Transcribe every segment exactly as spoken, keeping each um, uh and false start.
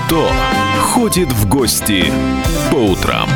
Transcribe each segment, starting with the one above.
Кто ходит в гости по утрам?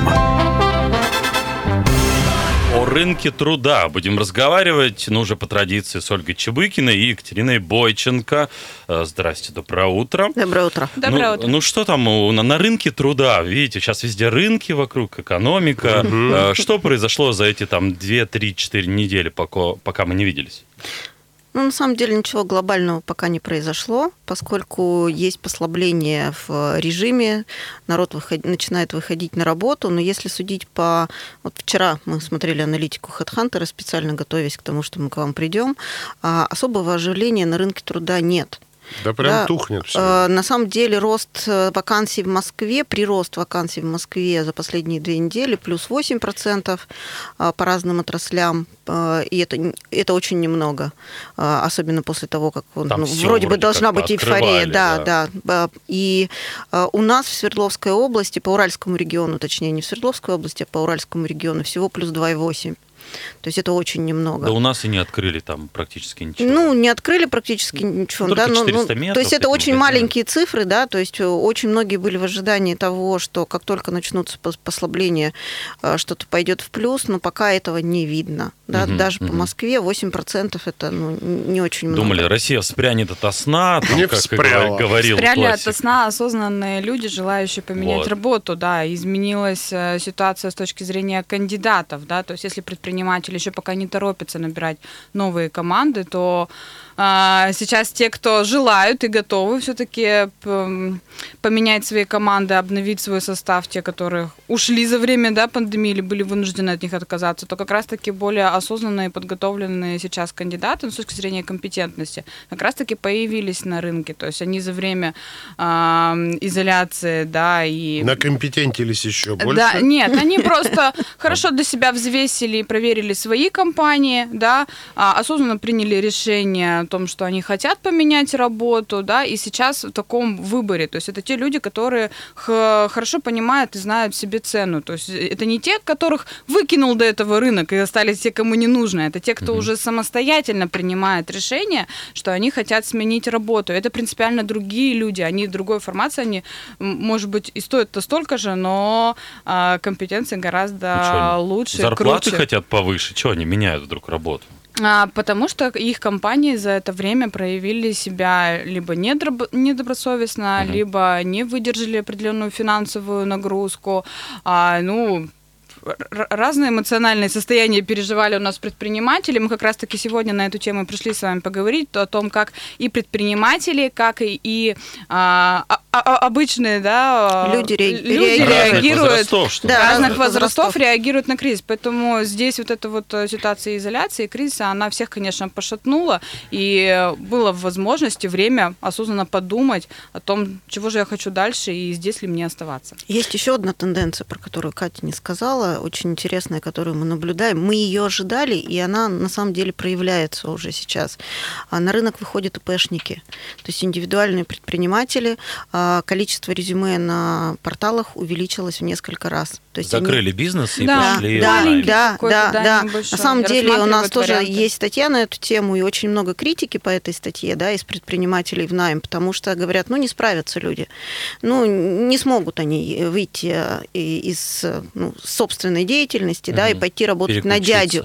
О рынке труда будем разговаривать, ну, уже по традиции, с Ольгой Чебыкиной и Екатериной Бойченко. Здрасте, доброе утро. Доброе утро. ну, Доброе утро. Ну, что там на, на рынке труда? Видите, сейчас везде рынки вокруг, экономика. Угу. Что произошло за эти там две, три, четыре недели, пока, пока мы не виделись? Ну, на самом деле ничего глобального пока не произошло, поскольку есть послабление в режиме, народ выход... начинает выходить на работу, но если судить по... Вот вчера мы смотрели аналитику HeadHunter, специально готовясь к тому, что мы к вам придем, особого оживления на рынке труда нет. Да прям да, тухнет все. На самом деле рост вакансий в Москве, прирост вакансий в Москве за последние две недели плюс восемь процентов по разным отраслям. И это, это очень немного, особенно после того, как ну, вроде, вроде бы должна быть эйфория. Да, да. Да. И у нас в Свердловской области, по Уральскому региону, точнее, не в Свердловской области, а по Уральскому региону, всего плюс два и восемь. То есть это очень немного. Да у нас и не открыли там практически ничего. Ну, не открыли практически ничего. Ну, да, ну, ну, метров, то есть это очень магазинов. маленькие цифры, да, то есть очень многие были в ожидании того, что как только начнутся послабления, что-то пойдет в плюс, но пока этого не видно. Да, угу, даже угу. по Москве восемь процентов это ну, не очень много. Думали, Россия вспрянет ото сна, там, не как вспряла. говорил Вспряли классик. ото сна осознанные люди, желающие поменять вот. работу. Да, изменилась ситуация с точки зрения кандидатов, да, то есть если предприниматель еще пока не торопится набирать новые команды, то а, сейчас те, кто желают и готовы все-таки поменять свои команды, обновить свой состав, те, которые ушли за время да, пандемии или были вынуждены от них отказаться, то как раз-таки более осознанные, подготовленные сейчас кандидаты, ну, с точки зрения компетентности, как раз-таки появились на рынке. То есть они за время а, изоляции, да, и... Накомпетентились еще больше? Да, нет, они просто хорошо для себя взвесили и проверили свои компании, да, осознанно приняли решение о том, что они хотят поменять работу, да, и сейчас в таком выборе. То есть это те люди, которые х- хорошо понимают и знают себе цену. То есть это не те, которых выкинул до этого рынок и остались те, кому не нужно. Это те, кто mm-hmm. уже самостоятельно принимает решение, что они хотят сменить работу. Это принципиально другие люди. Они другой формации, они, может быть, и стоят-то столько же, но а, компетенции гораздо ну, лучше, зарплаты круче. Хотят повыше. Чего они меняют вдруг работу? А, потому что их компании за это время проявили себя либо недобро- недобросовестно, угу. либо не выдержали определенную финансовую нагрузку. А, ну, разные эмоциональные состояния переживали у нас предприниматели. Мы как раз-таки сегодня на эту тему пришли с вами поговорить о том, как и предприниматели, как и, и а, а, а, обычные да, люди, ре- люди реагируют, реагируют возрастов, что да, разных возрастов. возрастов реагируют на кризис. Поэтому здесь вот эта вот ситуация изоляции, кризиса, она всех, конечно, пошатнула, и было в возможности время осознанно подумать о том, чего же я хочу дальше и здесь ли мне оставаться. Есть еще одна тенденция, про которую Катя не сказала, очень интересная, которую мы наблюдаем. Мы ее ожидали, и она на самом деле проявляется уже сейчас. На рынок выходят ИПшники, то есть индивидуальные предприниматели. Количество резюме на порталах увеличилось в несколько раз. То есть закрыли они... бизнес и да, пошли да, онлайн. Да, да, да. Небольшой. На самом деле у нас тоже варианты. есть статья на эту тему, и очень много критики по этой статье, да, из предпринимателей в найм, потому что говорят, ну, не справятся люди. Ну, не смогут они выйти из ну, собственной деятельности, угу. да, и пойти работать на дядю.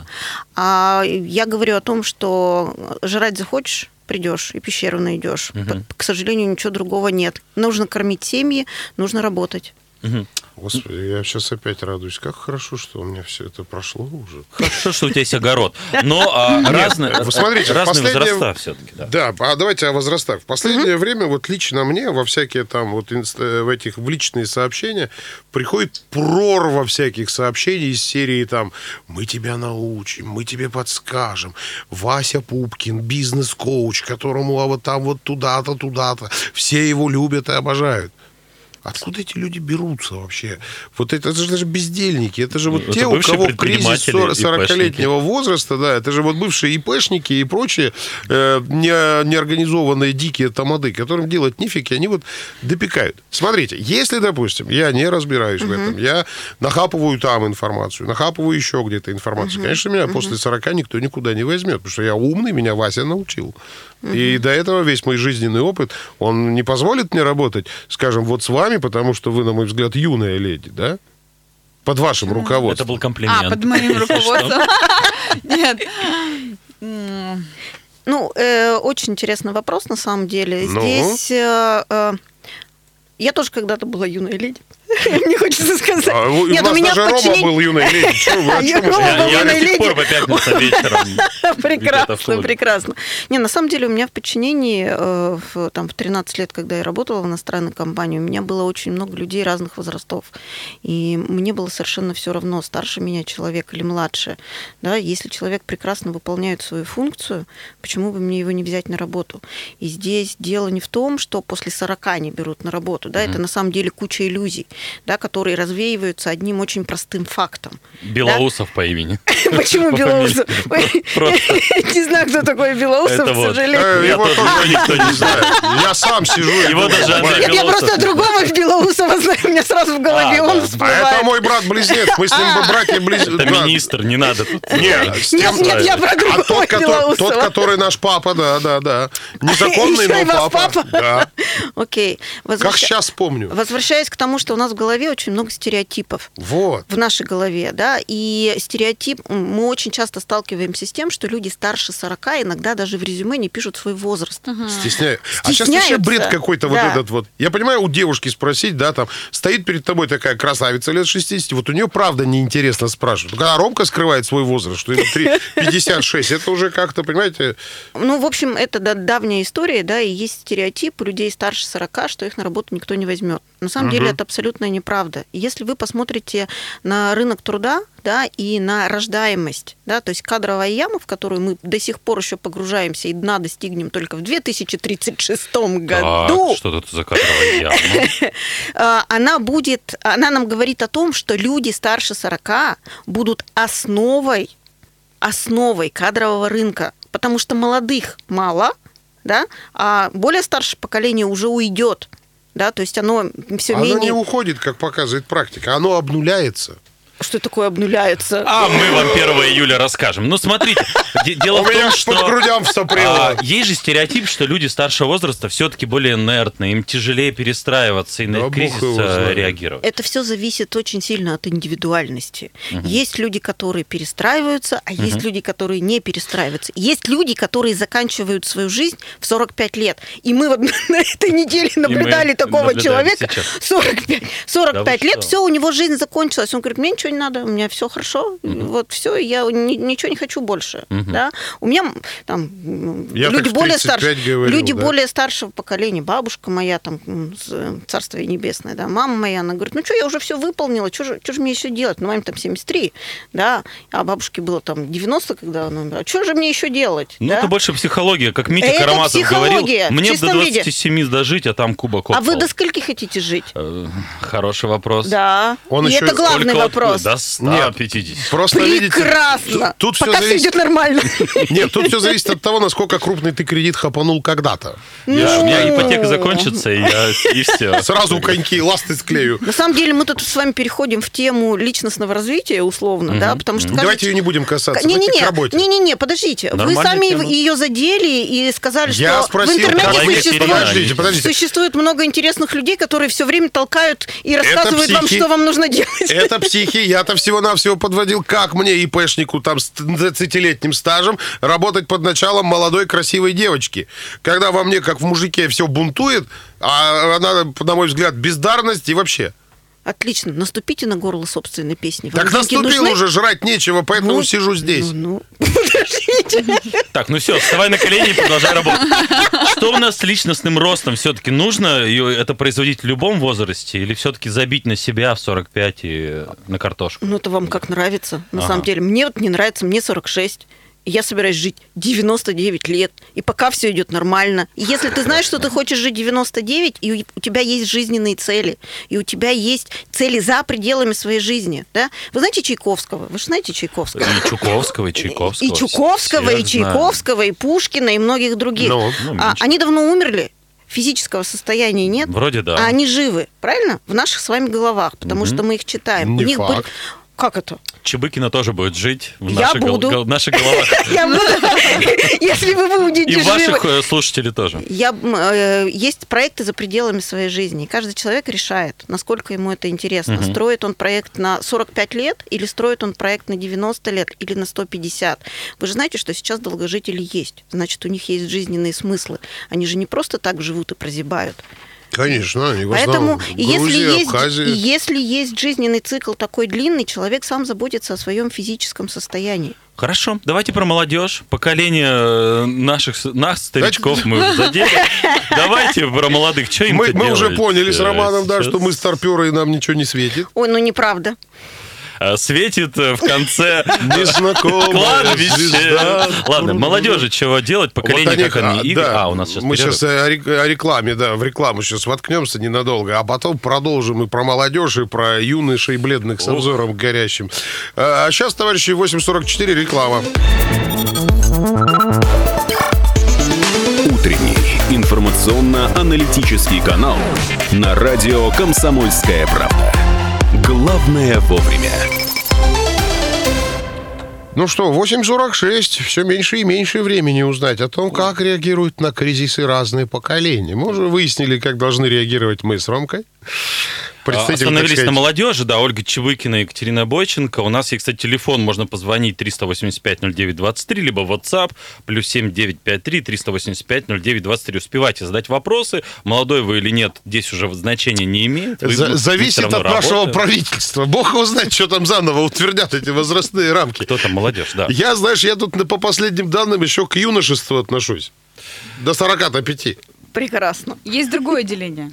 А я говорю о том, что жрать захочешь, придешь и пещеру найдешь. Угу. К сожалению, ничего другого нет. Нужно кормить семьи, нужно работать. Угу. Господи, я сейчас опять радуюсь. Как хорошо, что у меня все это прошло уже. Хорошо, что у тебя есть огород. Но а, разные, Вы смотрите, разные последнее... возраста все-таки. Да, да, а давайте о возрастах. В последнее угу. время вот лично мне во всякие там вот в этих в личные сообщения приходит прорва всяких сообщений из серии там «Мы тебя научим, мы тебе подскажем». Вася Пупкин, бизнес-коуч, которому а вот там вот туда-то, туда-то. Все его любят и обожают. Откуда эти люди берутся вообще? Вот это, это же даже бездельники. Это же вот это те, у кого кризис сорокалетнего возраста, да, это же вот бывшие ИПшники и прочие э, не, неорганизованные дикие тамады, которым делать нифиг, и они вот допекают. Смотрите, если, допустим, я не разбираюсь uh-huh. в этом, я нахапываю там информацию, нахапываю еще где-то информацию, uh-huh. конечно, меня uh-huh. после сорока никто никуда не возьмет, потому что я умный, меня Вася научил. Uh-huh. И до этого весь мой жизненный опыт, он не позволит мне работать, скажем, вот с вами, потому что вы, на мой взгляд, юная леди, да? Под вашим руководством. Это был комплимент. А, под моим руководством. Нет. Ну, очень интересный вопрос, на самом деле. Здесь я тоже когда-то была юной леди. Мне хочется сказать. А, Нет, у, у меня даже подчинение... Рома был юной леди. Чё, вы, я я, я до сих пор по пятницам вечером. Прекрасно, прекрасно. Не, на самом деле у меня в подчинении э, в, там, в тринадцать лет, когда я работала в иностранной компании, у меня было очень много людей разных возрастов. И мне было совершенно все равно, старше меня человек или младше. Да, если человек прекрасно выполняет свою функцию, почему бы мне его не взять на работу? И здесь дело не в том, что после сорока не берут на работу. Да, mm-hmm. Это на самом деле куча иллюзий, да, которые развеиваются одним очень простым фактом. Белоусов да? по имени. Почему Белоусов? Не знаю, кто такой Белоусов, к сожалению. Его тоже никто не знает. Я сам сижу. Его даже Я просто другого Белоусова знаю, у меня сразу в голове он всплывает. А это мой брат-близнец, мы с ним братья-близнецы. Это министр, не надо тут. Нет, нет, я про другого Белоусова. Тот, который наш папа, да, да, да. Незаконный, но папа. Да. Окей. Как сейчас помню. Возвращаясь к тому, что у нас в голове очень много стереотипов. Вот. В нашей голове, да. И стереотип, мы очень часто сталкиваемся с тем, что люди старше сорока иногда даже в резюме не пишут свой возраст. Угу. Стесняют. А сейчас вообще бред какой-то да. вот этот вот. Я понимаю, у девушки спросить, да, там, стоит перед тобой такая красавица лет шестидесяти, вот у нее правда неинтересно спрашивать. Когда Ромка скрывает свой возраст, что ему пятьдесят шесть, это уже как-то, понимаете... Ну, в общем, это давняя история, да, и есть стереотип у людей старше сорока, что их на работу никто не возьмет. На самом угу. деле это абсолютная неправда. Если вы посмотрите на рынок труда, да, и на рождаемость, да, то есть кадровая яма, в которую мы до сих пор еще погружаемся и дна достигнем только в две тысячи тридцать шестом году. Так, что это за кадровая яма? Она будет, она нам говорит о том, что люди старше сорока будут основой, основой кадрового рынка, потому что молодых мало, да, а более старшее поколение уже уйдет. Да, то есть оно все оно менее... не уходит, как показывает практика, оно обнуляется. Что такое обнуляется? А мы вам первого июля расскажем. Ну, смотрите, дело в том, что... под грудям всопрело. Есть же стереотип, что люди старшего возраста все-таки более инертны, им тяжелее перестраиваться и на кризис реагировать. Это все зависит очень сильно от индивидуальности. Угу. Есть люди, которые перестраиваются, а есть угу. люди, которые не перестраиваются. Есть люди, которые заканчивают свою жизнь в сорок пять лет. И мы вот на этой неделе наблюдали такого человека, сорок пять, сорок пять лет, все, у него жизнь закончилась. Он говорит, мне ничего не надо, у меня все хорошо, uh-huh. вот все, я ни, ничего не хочу больше, uh-huh. да. У меня там я люди более старше, говорил, люди да? более старшего поколения, бабушка моя там, царство небесное, да, мама моя, она говорит, ну что, я уже все выполнила, что же, что же мне еще делать? Ну, маме там семьдесят три, да, а бабушке было там девяносто, когда она умерла, что же мне еще делать? Ну, да? Это больше психология, как Митя это Карамазов говорил, мне до двадцати семи виде. дожить, а там кубок опал. А вы до скольки хотите жить? Хороший вопрос. Да, Он и еще это главный вопрос. До ста пятидесяти. Просто прекрасно. Видите, тут пока все, зависит... все идет нормально. Нет, тут все зависит от того, насколько крупный ты кредит хапанул когда-то. Я, у меня ипотека закончится, и, я, и все. Сразу коньки, ласты склею. На самом деле мы тут с вами переходим в тему личностного развития, условно, mm-hmm. да, потому что... Давайте кажется... ее не будем касаться, не-не-не, к работе. Не-не-не, подождите. Нормальная Вы сами тема. Ее задели и сказали, я что спросил, в интернете существует, подождите, подождите. существует много интересных людей, которые все время толкают и рассказывают вам, что вам нужно делать. Это психи. Я-то всего-навсего подводил, как мне, ИПшнику там с двадцатилетним стажем, работать под началом молодой красивой девочки. Когда во мне, как в мужике, все бунтует, а она, на мой взгляд, бездарность и вообще... Отлично. Наступите на горло собственной песни. Вам так наступил нужны? Уже, жрать нечего, поэтому ну, сижу здесь. Ну, ну, подождите. Так, ну все, вставай на колени и продолжай работать. Что у нас с личностным ростом? Все-таки нужно это производить в любом возрасте или все-таки забить на себя в сорок пять и на картошку? Ну, это вам как нравится, на ага. самом деле. Мне вот не нравится, мне сорок шесть. я собираюсь жить девяносто девять лет, и пока все идет нормально. И если ты знаешь, что ты хочешь жить девяносто девять, и у тебя есть жизненные цели, и у тебя есть цели за пределами своей жизни, да? Вы знаете Чайковского? Вы же знаете Чайковского? И Чуковского, и Чайковского. И Чуковского, и Чайковского, и Пушкина, и многих других. Ну, ну, а, они давно умерли. Физического состояния нет. Вроде да. А они живы, правильно? В наших с вами головах, потому Мгм. что мы их читаем. Не У них факт. были- Как это? Чебыкина тоже будет жить в Я наших, гол- буду. гол- наших головах. Я буду, если вы И будете ваших живы. э, слушателей тоже. Я, м, э, есть проекты за пределами своей жизни. И каждый человек решает, насколько ему это интересно. Мгм. Строит он проект на сорок пять лет, или строит он проект на девяносто лет, или на сто пятьдесят. Вы же знаете, что сейчас долгожители есть. Значит, у них есть жизненные смыслы. Они же не просто так живут и прозябают. Конечно, они в Поэтому, основном и если, Грузия, есть, Абхазия. и если есть жизненный цикл такой длинный, человек сам заботится о своем физическом состоянии. Хорошо, давайте про молодежь. Поколение э, наших, с- нас, старичков, мы уже задели. Давайте про молодых. Что им Мы, мы уже поняли с Романом, да, что мы старперы, и нам ничего не светит. Ой, ну неправда. Светит э, в конце Незнакомая кладбище. звезда. Ладно, молодежи чего делать? Поколение, Вот они- как они а, игры. да. А, у нас сейчас Мы перерыв. сейчас о рек- о рекламе, да, в рекламу сейчас воткнемся ненадолго, а потом продолжим и про молодежь, и про юношей бледных с Ох. взором горящим. А сейчас, товарищи, восемь сорок четыре, реклама. Утренний информационно-аналитический канал на радио «Комсомольская правда». Главное вовремя. Ну что, восемь сорок шесть, все меньше и меньше времени узнать о том, как реагируют на кризисы разные поколения. Мы уже выяснили, как должны реагировать мы с Ромкой. Представитель, так Остановились сказать, на молодежи, да, Ольга Чебыкина, Екатерина Бойченко. У нас есть, кстати, телефон, можно позвонить триста восемьдесят пять ноль девять двадцать три, либо WhatsApp, плюс семь девять пять три триста восемьдесят пять ноль девять двадцать три. Успевайте задать вопросы, молодой вы или нет, здесь уже значения не имеет. Вы- За- мы зависит всё равно от нашего работаем. правительства. Бог его знает, что там заново утвердят эти возрастные рамки. Кто там молодежь, да. Я, знаешь, я тут по последним данным еще к юношеству отношусь. До сорока пяти. Прекрасно. Есть другое деление.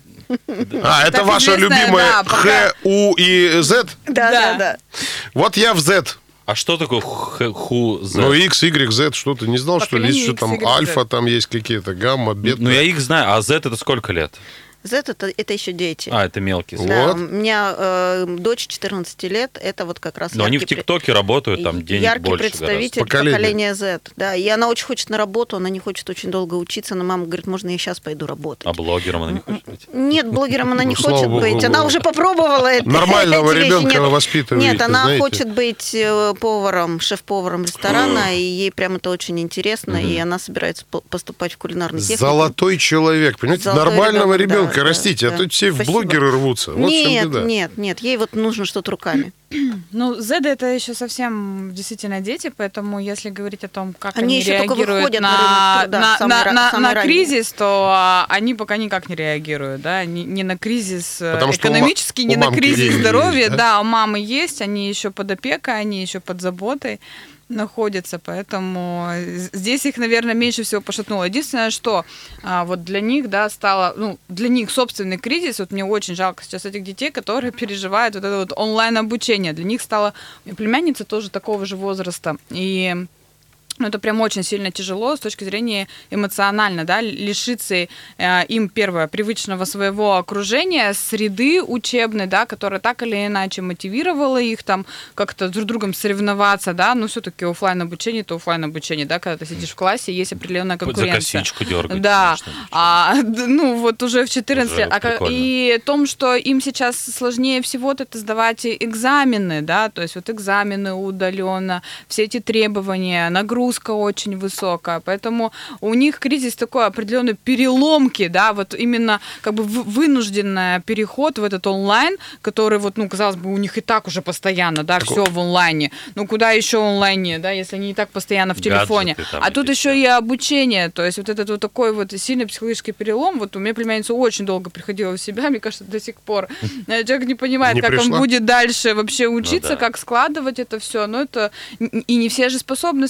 А, это Так ваша известная, любимая да, пока- Х, У и З? Да, Да. да, да. Вот я в Z. А что такое х- ху Z? Ну, X, Y, Z, что ты не знал, что ли? Есть Поколение что там X, Y, Z. альфа, там есть какие-то, гамма, бета. Ну, я их знаю, а Z это сколько лет? Z это, это еще дети. А, это мелкий Z. Да, Вот. у меня э, дочь четырнадцати лет, это вот как раз Но они в яркий пре- ТикТоке работают, там денег яркий больше представитель Поколение. поколения Z. Да, и она очень хочет на работу, она не хочет очень долго учиться, но мама говорит, можно я сейчас пойду работать. гораздо. А блогером она не хочет быть? Нет, блогером она не Ну, слава хочет богу, быть. Она Богу. уже попробовала это. Нормального эти вещи. ребенка Нет, воспитываете, Нет, она знаете. хочет быть э, поваром, шеф-поваром ресторана, и ей прям это очень интересно, и она собирается по- поступать в кулинарный техникум. Золотой человек, понимаете? Золотой Нормального ребенок, ребенка да, растите, да, а тут все в спасибо. блогеры рвутся. Вот в чем Нет, беда. нет, нет, ей вот нужно что-то руками. Ну, Z это еще совсем действительно дети, поэтому если говорить о том, как Они они, еще только реагируют выходят на на, рынок труда, на, самые на- ра- на- самые на ранние. кризис, то а, они пока никак не реагируют, да, не, не на кризис э, Потому что у ма- экономический, у не на мамки кризис деньги здоровья, есть, да? да, у мамы есть, они еще под опекой, они еще под заботой находятся, поэтому здесь их, наверное, меньше всего пошатнуло. Единственное, что а, вот для них, да, стало, ну, для них собственный кризис, вот мне очень жалко сейчас этих детей, которые переживают вот это вот онлайн-обучение. Для них стала, у меня племянница тоже такого же возраста, и ну, это прям очень сильно тяжело с точки зрения эмоционально, да, лишиться э, им, первое, привычного своего окружения, среды учебной, да, которая так или иначе мотивировала их там как-то друг с другом соревноваться, да, ну, все-таки офлайн обучение, то офлайн обучение, да, когда ты сидишь в классе, есть определенная Хоть за конкуренция. косичку дергать. Да, конечно, ничего. а, д- ну вот уже в четырнадцать Уже лет. А ка- прикольно. и о том, что им сейчас сложнее всего это сдавать экзамены, да, то есть вот экзамены удаленно, все эти требования, нагрузка очень высокая, поэтому у них кризис такой определенной переломки, да, вот именно как бы в- вынужденный переход в этот онлайн, который вот, ну, казалось бы, у них и так уже постоянно, да, все в онлайне. Ну, куда еще онлайне, да, если они и так постоянно в телефоне. Гаджеты там А тут эти еще все. и обучение, то есть вот этот вот такой вот сильный психологический перелом, вот у меня племянница очень долго приходила в себя, мне кажется, до сих пор. Э, Человек не понимает, Не как пришла? он будет дальше вообще учиться, да. как складывать это все, но это и не все же способны с этим справиться.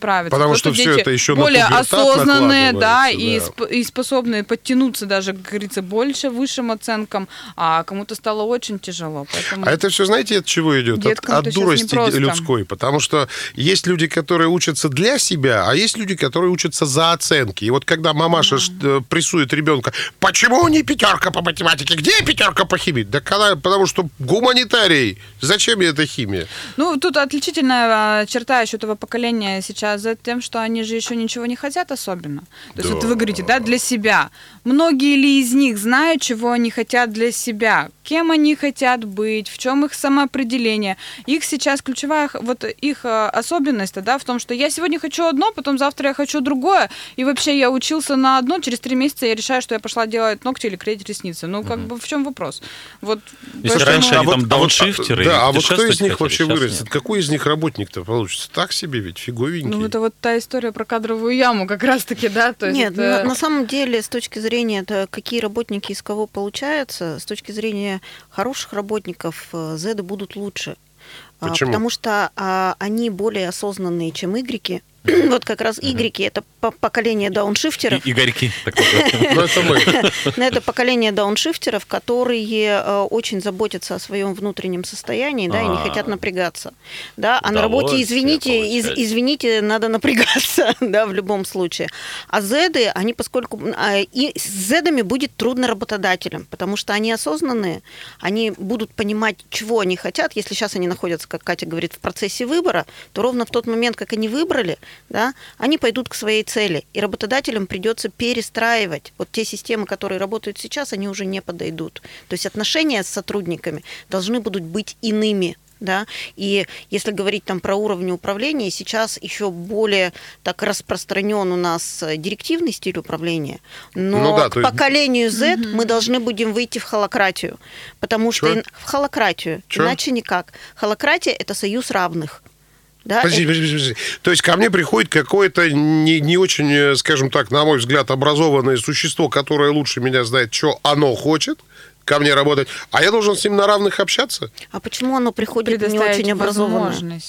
справиться. Потому Просто что все дети это еще на более пубертат осознанные, да, накладывается, и, да. сп- и способные подтянуться даже, как говорится, больше высшим оценкам, а кому-то стало очень тяжело. Поэтому... А это все, знаете, от чего идет? От, Деткам от это щас дурости непросто. людской. Потому что есть люди, которые учатся для себя, а есть люди, которые учатся за оценки. И вот когда мамаша mm. прессует ребенка, почему не пятерка по математике? Где пятерка по химии? Да когда, потому что гуманитарий. Зачем мне эта химия? Ну, тут отличительная черта еще этого поколения сейчас за тем, что они же еще ничего не хотят особенно. То есть Да. вот вы говорите, да, для себя. Многие ли из них знают, чего они хотят для себя? Кем они хотят быть? В чем их самоопределение? Их сейчас ключевая вот их особенность, да, в том, что я сегодня хочу одно, потом завтра я хочу другое, и вообще я учился на одно, через три месяца я решаю, что я пошла делать ногти или клеить ресницы. Ну, как угу. бы в чем вопрос? Вот. Если поэтому... раньше а они вот, там а вот, дауншифтеры. Да, а вот кто из путешествовать них хотели, вообще сейчас вырастет? нет. Какой из них работник-то получится? Так себе ведь, фиговенький. Ну, это вот та история про кадровую яму как раз-таки, да? То есть Нет, это... на, на самом деле, с точки зрения, это какие работники из кого получаются, с точки зрения хороших работников, зеды будут лучше. Почему? Потому что а, они более осознанные, чем игреки. Вот как раз игреки — это поколение дауншифтеров. И, Игорьки. Ну, это мы. Это поколение дауншифтеров, которые очень заботятся о своем внутреннем состоянии, да, и не хотят напрягаться. Да, а на работе, извините, из, извините, надо напрягаться, да, в любом случае. А зеды, они поскольку... И с зедами будет трудно работодателям, потому что они осознанные, они будут понимать, чего они хотят. Если сейчас они находятся, как Катя говорит, в процессе выбора, то ровно в тот момент, как они выбрали, да, они пойдут к своей цели. И работодателям придется перестраивать. Вот те системы, которые работают сейчас, они уже не подойдут. То есть отношения с сотрудниками должны будут быть иными. Да? И если говорить там про уровни управления, сейчас еще более так распространен у нас директивный стиль управления, но ну, да, к то есть... поколению Z Mm-hmm. мы должны будем выйти в холократию, потому Чё? что в холократию, Чё? иначе никак. Холократия – это союз равных. Да, подожди, это... подожди, подожди. То есть ко мне приходит какое-то не, не очень, скажем так, на мой взгляд, образованное существо, которое лучше меня знает, что оно хочет ко мне работать, а я должен с ним на равных общаться? А почему оно приходит не очень образованное?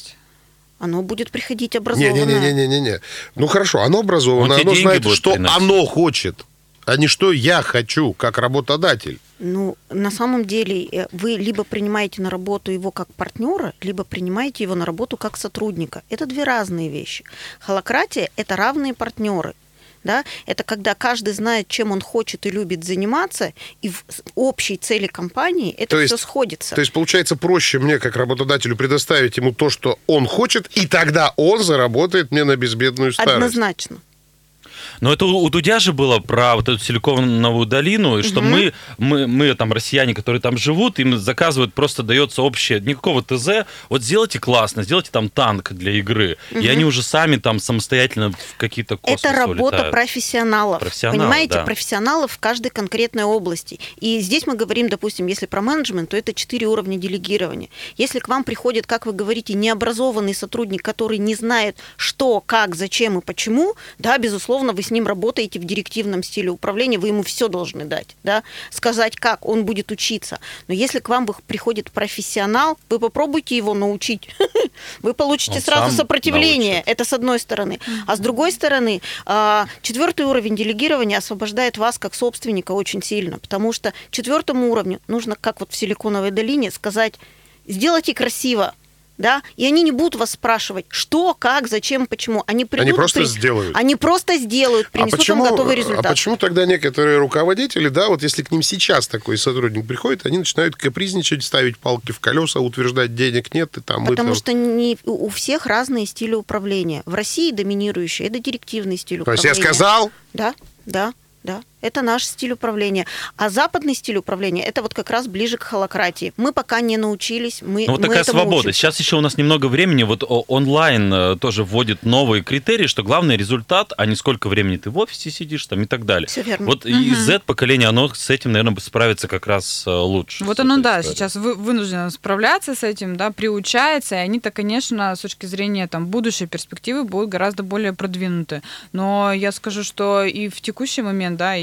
Оно будет приходить образованное. Не-не-не-не-не. Ну хорошо, оно образованное, оно знает, что приносить. Оно хочет, а не что я хочу, как работодатель. Ну, на самом деле, вы либо принимаете на работу его как партнера, либо принимаете его на работу как сотрудника. Это две разные вещи. Холократия – это равные партнеры. Да? Это когда каждый знает, чем он хочет и любит заниматься, и в общей цели компании это то все есть, сходится. То есть, получается, проще мне, как работодателю, предоставить ему то, что он хочет, и тогда он заработает мне на безбедную старость. Однозначно. Но это у Дудя же было про вот эту силиконовую долину, и что угу. мы, мы, мы, там, россияне, которые там живут, им заказывают, просто дается общее, никакого ТЗ, вот сделайте классно, сделайте там танк для игры, угу. и они уже сами там самостоятельно в какие-то космосы Это работа улетают. профессионалов, Профессионалы, понимаете, да. профессионалов в каждой конкретной области. И здесь мы говорим, допустим, если про менеджмент, то это четыре уровня делегирования. Если к вам приходит, как вы говорите, необразованный сотрудник, который не знает, что, как, зачем и почему, да, безусловно, вы с ним работаете в директивном стиле управления, вы ему все должны дать, да, сказать, как он будет учиться. Но если к вам приходит профессионал, вы попробуйте его научить. Вы получите он сразу сопротивление. Научит. Это с одной стороны. А с другой стороны, четвертый уровень делегирования освобождает вас как собственника очень сильно, потому что четвертому уровню нужно, как вот в Силиконовой долине, сказать, сделайте красиво. Да? И они не будут вас спрашивать, что, как, зачем, почему. Они придут, они просто при... сделают. Они просто сделают, принесут а почему, вам готовый результат. А почему тогда некоторые руководители, да, вот если к ним сейчас такой сотрудник приходит, они начинают капризничать, ставить палки в колеса, утверждать, денег нет, и там... Потому и там... что не, у всех разные стили управления. В России доминирующий – это директивный стиль управления. То есть я сказал? Да, да. Да, это наш стиль управления. А западный стиль управления – это вот как раз ближе к холократии. Мы пока не научились, мы Ну вот мы такая свобода. учимся. Сейчас еще у нас немного времени. Вот онлайн тоже вводит новые критерии, что главный результат, а не сколько времени ты в офисе сидишь там и так далее. Все верно. Вот угу. и Z-поколение, оно с этим, наверное, справится как раз лучше. Вот оно, да, истории. Сейчас вынуждено справляться с этим, да, приучается, и они-то, конечно, с точки зрения там, будущей перспективы будут гораздо более продвинуты. Но я скажу, что и в текущий момент, да, и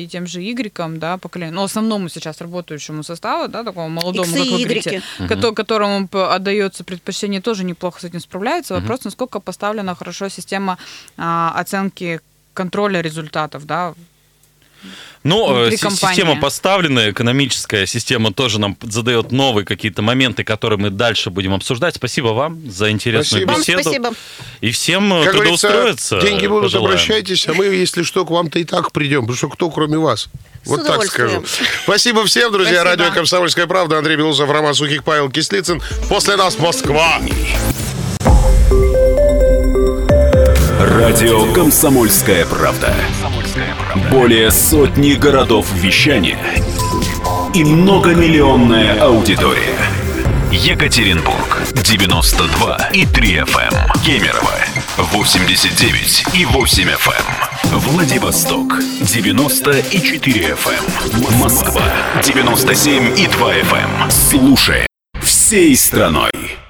и тем же Y, да, поколению, ну, основному сейчас работающему составу, да, такому молодому, Иксы как вы и говорите, игреки. которому отдается предпочтение, тоже неплохо с этим справляется. Вопрос, насколько поставлена хорошо система а, оценки контроля результатов, да. Ну, Внутри с- компании. система поставлена, экономическая система тоже нам задает новые какие-то моменты, которые мы дальше будем обсуждать. Спасибо вам за интересную Спасибо. Вам беседу. спасибо. И всем Как трудоустроиться. говорится, деньги будут, пожелаем. обращайтесь, а мы, если что, к вам-то и так придем, потому что кто, кроме вас? С Вот так удовольствием. скажу. Спасибо всем, друзья. Спасибо. Радио «Комсомольская правда». Андрей Белоусов, Роман Сухих, Павел Кислицын. После нас Москва. Радио «Комсомольская правда». Более сотни городов вещания и многомиллионная аудитория. Екатеринбург девяносто два и три эф эм, Кемерово восемьдесят девять и восемь эф эм, Владивосток девяносто и четыре эф эм, Москва девяносто семь и два эф эм. Слушай всей страной.